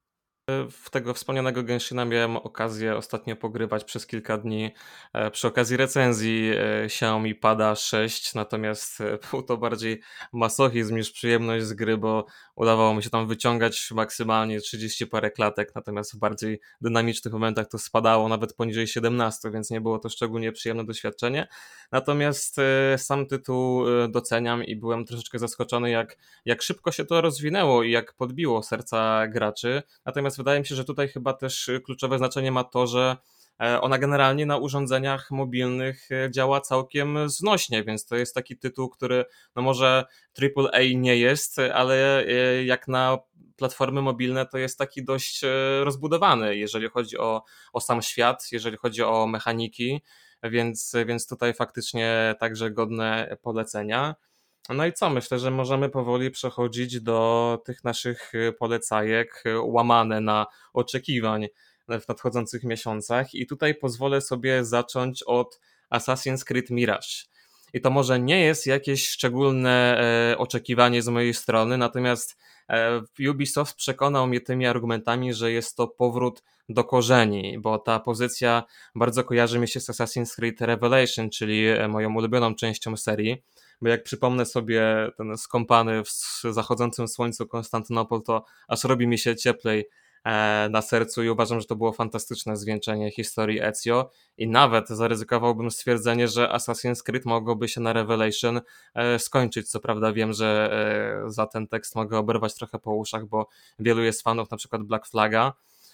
W tego wspomnianego Genshina miałem okazję ostatnio pogrywać przez kilka dni przy okazji recenzji Xiaomi Pada 6, natomiast był to bardziej masochizm niż przyjemność z gry, bo udawało mi się tam wyciągać maksymalnie 30 parę klatek, natomiast w bardziej dynamicznych momentach to spadało nawet poniżej 17, więc nie było to szczególnie przyjemne doświadczenie. Natomiast sam tytuł doceniam i byłem troszeczkę zaskoczony, jak szybko się to rozwinęło i jak podbiło serca graczy. Natomiast wydaje mi się, że tutaj chyba też kluczowe znaczenie ma to, że ona generalnie na urządzeniach mobilnych działa całkiem znośnie, więc to jest taki tytuł, który no może AAA nie jest, ale jak na platformy mobilne to jest taki dość rozbudowany, jeżeli chodzi o sam świat, jeżeli chodzi o mechaniki, więc tutaj faktycznie także godne polecenia. No i co? Myślę, że możemy powoli przechodzić do tych naszych polecajek łamane na oczekiwań w nadchodzących miesiącach. I tutaj pozwolę sobie zacząć od Assassin's Creed Mirage. I to może nie jest jakieś szczególne oczekiwanie z mojej strony, natomiast Ubisoft przekonał mnie tymi argumentami, że jest to powrót do korzeni, bo ta pozycja bardzo kojarzy mi się z Assassin's Creed Revelation, czyli moją ulubioną częścią serii, bo jak przypomnę sobie ten skąpany w zachodzącym słońcu Konstantynopol, to aż robi mi się cieplej na sercu i uważam, że to było fantastyczne zwieńczenie historii Ezio i nawet zaryzykowałbym stwierdzenie, że Assassin's Creed mogłoby się na Revelation skończyć. Co prawda wiem, że za ten tekst mogę oberwać trochę po uszach, bo wielu jest fanów na przykład Black Flaga,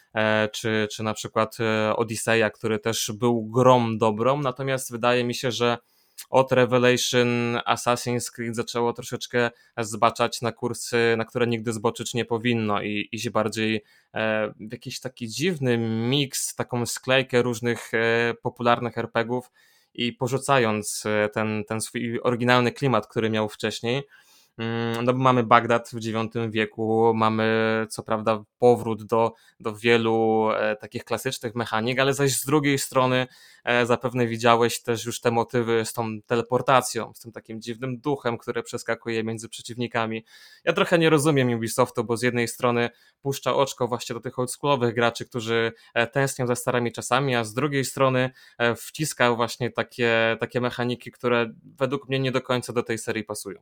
czy na przykład Odyseja, który też był grą dobrą, natomiast wydaje mi się, że od Revelation Assassin's Creed zaczęło troszeczkę zbaczać na kursy, na które nigdy zboczyć nie powinno i iść bardziej w jakiś taki dziwny miks, taką sklejkę różnych popularnych RPGów i porzucając ten swój oryginalny klimat, który miał wcześniej. No bo mamy Bagdad w IX wieku, mamy co prawda powrót do wielu takich klasycznych mechanik, ale zaś z drugiej strony zapewne widziałeś też już te motywy z tą teleportacją, z tym takim dziwnym duchem, który przeskakuje między przeciwnikami. Ja trochę nie rozumiem Ubisoftu, bo z jednej strony puszcza oczko właśnie do tych oldschoolowych graczy, którzy tęsknią za starymi czasami, a z drugiej strony wciska właśnie takie mechaniki, które według mnie nie do końca do tej serii pasują.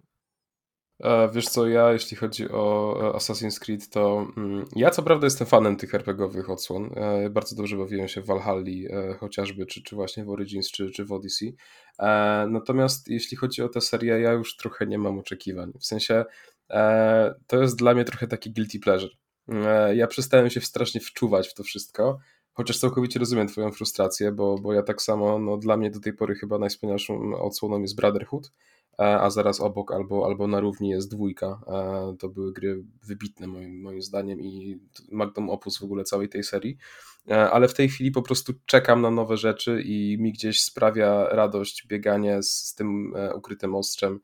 Wiesz co, ja jeśli chodzi o Assassin's Creed, to ja co prawda jestem fanem tych RPGowych odsłon. Bardzo dobrze bawiłem się w Valhalli chociażby, czy właśnie w Origins, czy w Odyssey. Natomiast jeśli chodzi o tę serię, ja już trochę nie mam oczekiwań. W sensie to jest dla mnie trochę taki guilty pleasure. Ja przestałem się strasznie wczuwać w to wszystko, chociaż całkowicie rozumiem twoją frustrację, bo ja tak samo, no dla mnie do tej pory chyba najwspanialszą odsłoną jest Brotherhood, a zaraz obok albo na równi jest dwójka. To były gry wybitne moim zdaniem i magnum opus w ogóle całej tej serii. Ale w tej chwili po prostu czekam na nowe rzeczy i mi gdzieś sprawia radość bieganie z tym ukrytym ostrzem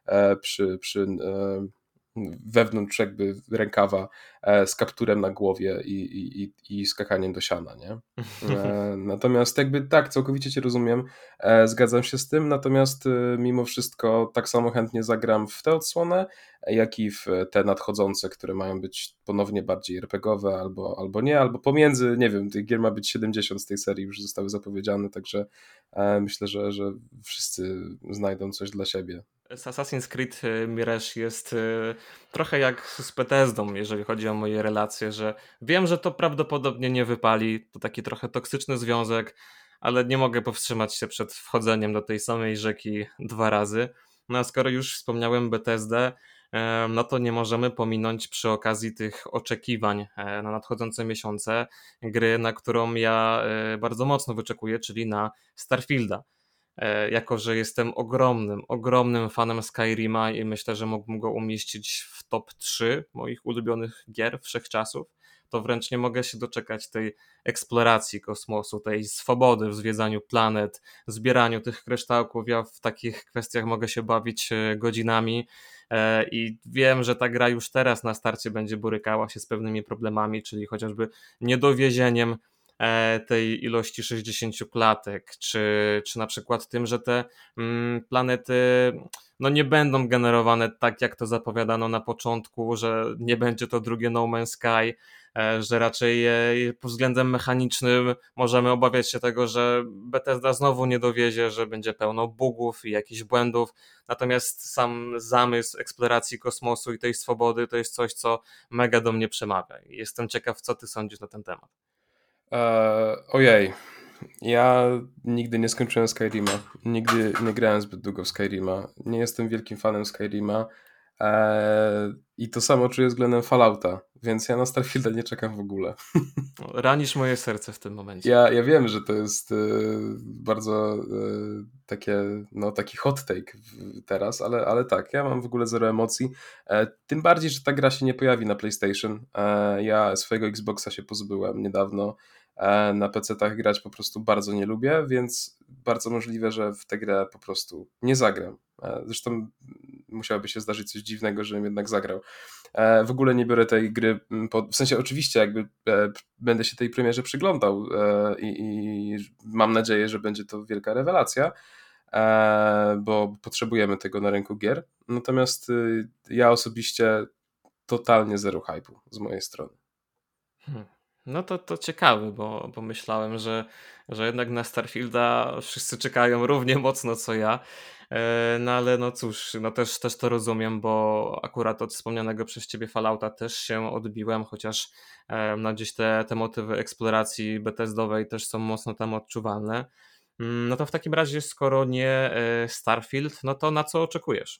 przy wewnątrz jakby rękawa z kapturem na głowie i skakaniem do siana, nie? Natomiast jakby tak, całkowicie cię rozumiem, zgadzam się z tym, natomiast mimo wszystko tak samo chętnie zagram w tę odsłonę, jak i w te nadchodzące, które mają być ponownie bardziej RPGowe albo nie, albo pomiędzy, nie wiem, tych gier ma być 70 z tej serii, już zostały zapowiedziane, także myślę, że wszyscy znajdą coś dla siebie. Assassin's Creed Mirage jest trochę jak z Bethesdą, jeżeli chodzi o moje relacje, że wiem, że to prawdopodobnie nie wypali, to taki trochę toksyczny związek, ale nie mogę powstrzymać się przed wchodzeniem do tej samej rzeki 2 razy. No a skoro już wspomniałem Bethesdę, no to nie możemy pominąć przy okazji tych oczekiwań na nadchodzące miesiące gry, na którą ja bardzo mocno wyczekuję, czyli na Starfielda. Jako że jestem ogromnym fanem Skyrima i myślę, że mógłbym go umieścić w top 3 moich ulubionych gier wszechczasów, to wręcz nie mogę się doczekać tej eksploracji kosmosu, tej swobody w zwiedzaniu planet, zbieraniu tych kryształków. Ja w takich kwestiach mogę się bawić godzinami i wiem, że ta gra już teraz na starcie będzie borykała się z pewnymi problemami, czyli chociażby niedowiezieniem tej ilości 60 klatek, czy na przykład tym, że te planety no nie będą generowane tak, jak to zapowiadano na początku, że nie będzie to drugie No Man's Sky, że raczej pod względem mechanicznym możemy obawiać się tego, że Bethesda znowu nie dowiezie, że będzie pełno bugów i jakichś błędów, natomiast sam zamysł eksploracji kosmosu i tej swobody to jest coś, co mega do mnie przemawia. Jestem ciekaw, co ty sądzisz na ten temat. Ojej, ja nigdy nie skończyłem Skyrima. Nigdy nie grałem zbyt długo w Skyrima. Nie jestem wielkim fanem Skyrima. I to samo czuję względem Fallouta, więc ja na Starfielda nie czekam w ogóle. Ranisz moje serce w tym momencie. Ja wiem, że to jest bardzo takie, no, taki hot take teraz, ale tak, ja mam w ogóle zero emocji. Tym bardziej, że ta gra się nie pojawi na PlayStation. Ja swojego Xboxa się pozbyłem niedawno. Na PC-tach grać po prostu bardzo nie lubię, więc bardzo możliwe, że w tę grę po prostu nie zagram. Zresztą musiałoby się zdarzyć coś dziwnego, żebym jednak zagrał. W ogóle nie biorę tej gry, w sensie oczywiście jakby będę się tej premierze przyglądał i mam nadzieję, że będzie to wielka rewelacja, bo potrzebujemy tego na rynku gier. Natomiast ja osobiście totalnie zero hype'u z mojej strony. No to ciekawe, bo myślałem, że jednak na Starfielda wszyscy czekają równie mocno co ja. No ale no cóż, no też to rozumiem, bo akurat od wspomnianego przez ciebie Fallouta też się odbiłem, chociaż no gdzieś te motywy eksploracji Bethesdowej też są mocno tam odczuwalne. No to w takim razie, skoro nie Starfield, no to na co oczekujesz?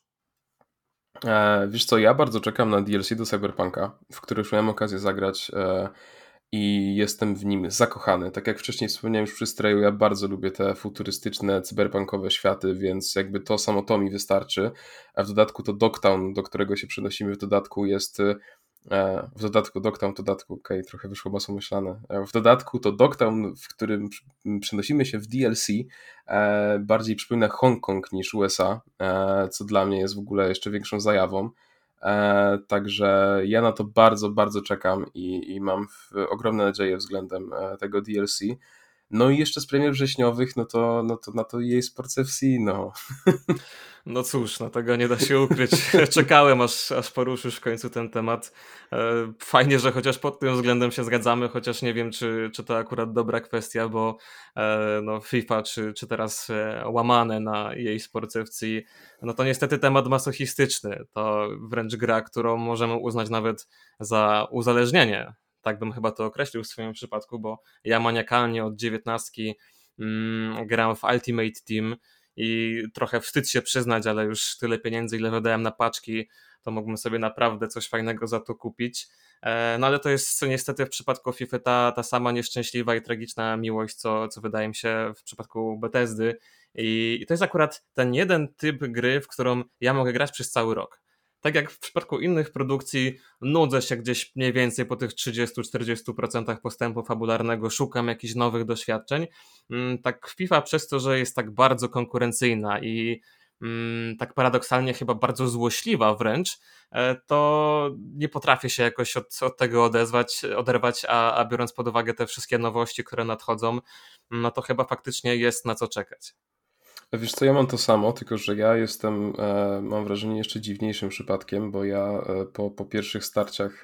Wiesz co, ja bardzo czekam na DLC do Cyberpunka, w który już miałem okazję zagrać i jestem w nim zakochany. Tak jak wcześniej wspomniałem już przy Strayu, ja bardzo lubię te futurystyczne, cyberpunkowe światy, więc jakby to samo to mi wystarczy. A w dodatku to Dogtown, do którego się przenosimy w dodatku jest w dodatku Dogtown, okej, trochę wyszło masomyślane. W dodatku to Dogtown, w którym przenosimy się w DLC, bardziej przypomina Hongkong niż USA, co dla mnie jest w ogóle jeszcze większą zajawą. Także ja na to bardzo, bardzo czekam i mam ogromne nadzieje względem tego DLC. No i jeszcze z premier wrześniowych, no to na to EA Sports FC, no. No cóż, no tego nie da się ukryć. Czekałem, aż poruszysz w końcu ten temat. Fajnie, że chociaż pod tym względem się zgadzamy, chociaż nie wiem, czy to akurat dobra kwestia, bo no FIFA, czy teraz łamane na jej Sports FC, no to niestety temat masochistyczny. To wręcz gra, którą możemy uznać nawet za uzależnienie. Tak bym chyba to określił w swoim przypadku, bo ja maniakalnie od 19 gram w Ultimate Team, i trochę wstyd się przyznać, ale już tyle pieniędzy, ile wydałem na paczki, to mógłbym sobie naprawdę coś fajnego za to kupić. No ale to jest niestety w przypadku FIFA ta sama nieszczęśliwa i tragiczna miłość, co wydaje mi się w przypadku Bethesdy. I to jest akurat ten jeden typ gry, w którą ja mogę grać przez cały rok. Tak jak w przypadku innych produkcji, nudzę się gdzieś mniej więcej po tych 30-40% postępu fabularnego, szukam jakichś nowych doświadczeń. Tak FIFA przez to, że jest tak bardzo konkurencyjna i tak paradoksalnie chyba bardzo złośliwa wręcz, to nie potrafię się jakoś od tego oderwać, a biorąc pod uwagę te wszystkie nowości, które nadchodzą, no to chyba faktycznie jest na co czekać. Wiesz co, ja mam to samo, tylko że ja jestem, mam wrażenie, jeszcze dziwniejszym przypadkiem, bo ja po pierwszych starciach,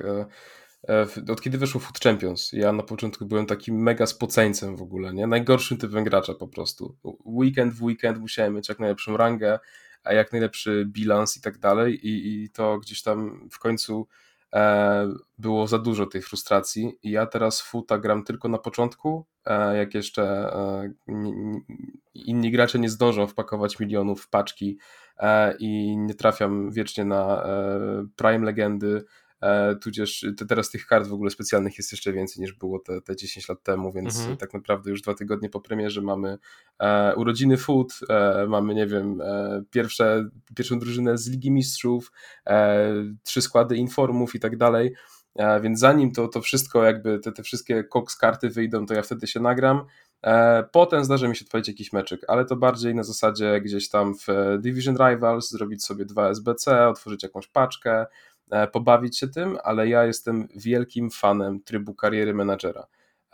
od kiedy wyszło Food Champions, ja na początku byłem takim mega spoceńcem w ogóle, nie? Najgorszym typem gracza po prostu. Weekend w weekend musiałem mieć jak najlepszą rangę, a jak najlepszy bilans i tak dalej i to gdzieś tam w końcu było za dużo tej frustracji i ja teraz futa gram tylko na początku, jak jeszcze inni gracze nie zdążą wpakować milionów w paczki i nie trafiam wiecznie na Prime Legendy, tudzież teraz tych kart w ogóle specjalnych jest jeszcze więcej niż było te 10 lat temu, więc Mhm. tak naprawdę już 2 tygodnie po premierze mamy urodziny FUT, mamy, nie wiem, pierwszą drużynę z Ligi Mistrzów, 3 składy informów i tak dalej, więc zanim to wszystko jakby, te wszystkie Cox karty wyjdą, to ja wtedy się nagram. Potem zdarzy mi się odpalić jakiś meczyk, ale to bardziej na zasadzie gdzieś tam w Division Rivals, zrobić sobie 2 SBC, otworzyć jakąś paczkę, pobawić się tym, ale ja jestem wielkim fanem trybu kariery menadżera.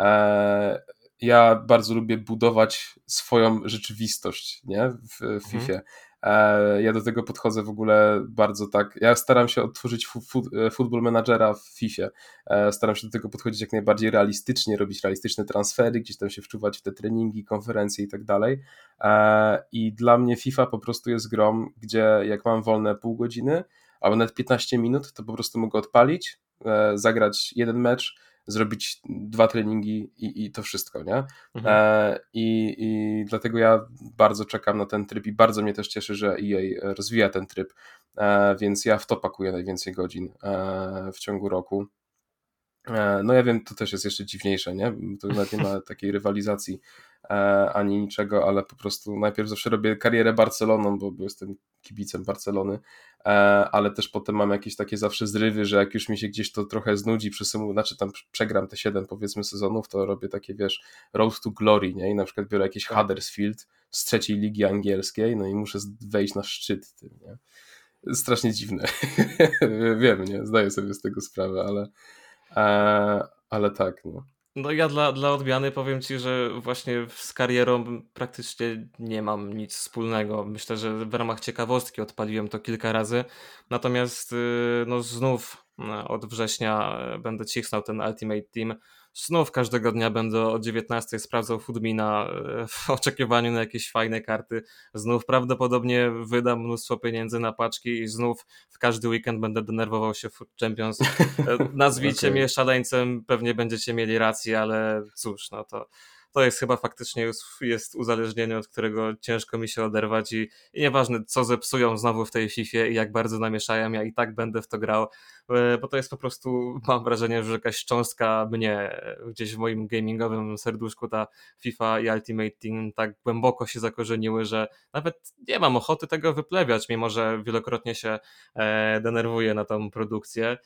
Ja bardzo lubię budować swoją rzeczywistość, nie? W Mhm. FIFA. Ja do tego podchodzę w ogóle bardzo tak. Ja staram się odtworzyć Football Managera w FIFA. Staram się do tego podchodzić jak najbardziej realistycznie, robić realistyczne transfery, gdzieś tam się wczuwać w te treningi, konferencje i tak dalej. I dla mnie FIFA po prostu jest grą, gdzie jak mam wolne pół godziny, albo nawet 15 minut, to po prostu mogę odpalić, zagrać jeden mecz, zrobić 2 treningi i to wszystko, nie? Mhm. I dlatego ja bardzo czekam na ten tryb i bardzo mnie też cieszy, że EA rozwija ten tryb, więc ja w to pakuję najwięcej godzin w ciągu roku. No ja wiem, to też jest jeszcze dziwniejsze, nie? To nawet nie ma takiej rywalizacji ani niczego, ale po prostu najpierw zawsze robię karierę Barceloną, bo jestem kibicem Barcelony, ale też potem mam jakieś takie zawsze zrywy, że jak już mi się gdzieś to trochę znudzi, znaczy tam przegram te 7 powiedzmy sezonów, to robię takie, wiesz, Road to Glory, nie? I na przykład biorę jakiś Tak. Huddersfield z 3. ligi angielskiej, no i muszę wejść na szczyt tym, nie? Strasznie dziwne. Wiem, nie? Zdaję sobie z tego sprawę, ale tak, no. No ja dla odmiany powiem ci, że właśnie z karierą praktycznie nie mam nic wspólnego. Myślę, że w ramach ciekawostki odpaliłem to kilka razy. Natomiast no znów od września będę cisnął ten Ultimate Team. Znów każdego dnia będę o 19 sprawdzał Foodmina w oczekiwaniu na jakieś fajne karty. Znów prawdopodobnie wydam mnóstwo pieniędzy na paczki i znów w każdy weekend będę denerwował się w Food Champions. Nazwijcie Okej. mnie szaleńcem, pewnie będziecie mieli rację, ale cóż, no to jest chyba faktycznie jest uzależnienie, od którego ciężko mi się oderwać i nieważne co zepsują znowu w tej FIFA i jak bardzo namieszają, ja i tak będę w to grał, bo to jest po prostu, mam wrażenie, że jakaś cząstka mnie gdzieś w moim gamingowym serduszku, ta FIFA i Ultimate Team tak głęboko się zakorzeniły, że nawet nie mam ochoty tego wyplewiać, mimo że wielokrotnie się denerwuję na tą produkcję.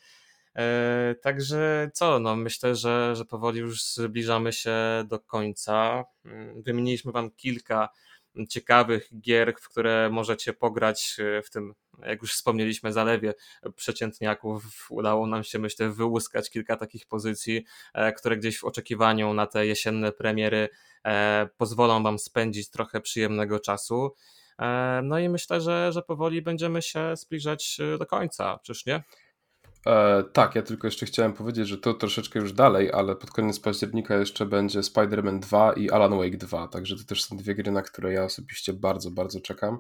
Także co, no myślę, że powoli już zbliżamy się do końca. Wymieniliśmy wam kilka ciekawych gier, w które możecie pograć w tym, jak już wspomnieliśmy, zalewie przeciętniaków. Udało nam się, myślę, wyłuskać kilka takich pozycji, które gdzieś w oczekiwaniu na te jesienne premiery pozwolą wam spędzić trochę przyjemnego czasu. No i myślę, że powoli będziemy się zbliżać do końca, czyż nie? Tak, ja tylko jeszcze chciałem powiedzieć, że to troszeczkę już dalej, ale pod koniec października jeszcze będzie Spider-Man 2 i Alan Wake 2, także to też są 2 gry, na które ja osobiście bardzo, bardzo czekam.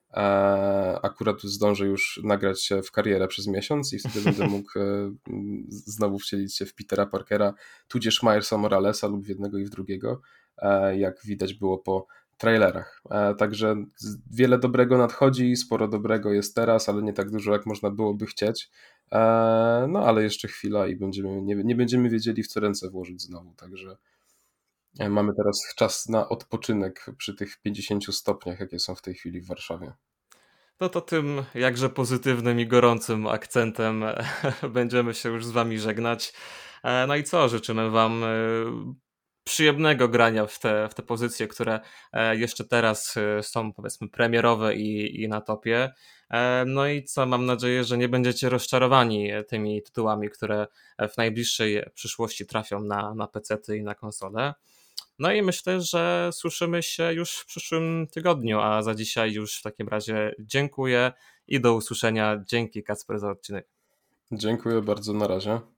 Akurat zdążę już nagrać się w karierę przez miesiąc i wtedy będę mógł znowu wcielić się w Petera Parkera, tudzież Milesa Moralesa lub w jednego i w drugiego, jak widać było po trailerach. Także wiele dobrego nadchodzi, sporo dobrego jest teraz, ale nie tak dużo, jak można byłoby chcieć. No ale jeszcze chwila i nie będziemy wiedzieli, w co ręce włożyć znowu, także mamy teraz czas na odpoczynek przy tych 50 stopniach, jakie są w tej chwili w Warszawie. No to tym jakże pozytywnym i gorącym akcentem będziemy się już z wami żegnać. No i co, życzymy wam przyjemnego grania w te pozycje, które jeszcze teraz są powiedzmy premierowe i na topie. No i co, mam nadzieję, że nie będziecie rozczarowani tymi tytułami, które w najbliższej przyszłości trafią na PC-ty i na konsole. No i myślę, że słyszymy się już w przyszłym tygodniu, a za dzisiaj już w takim razie dziękuję i do usłyszenia. Dzięki Kacper za odcinek. Dziękuję bardzo, na razie.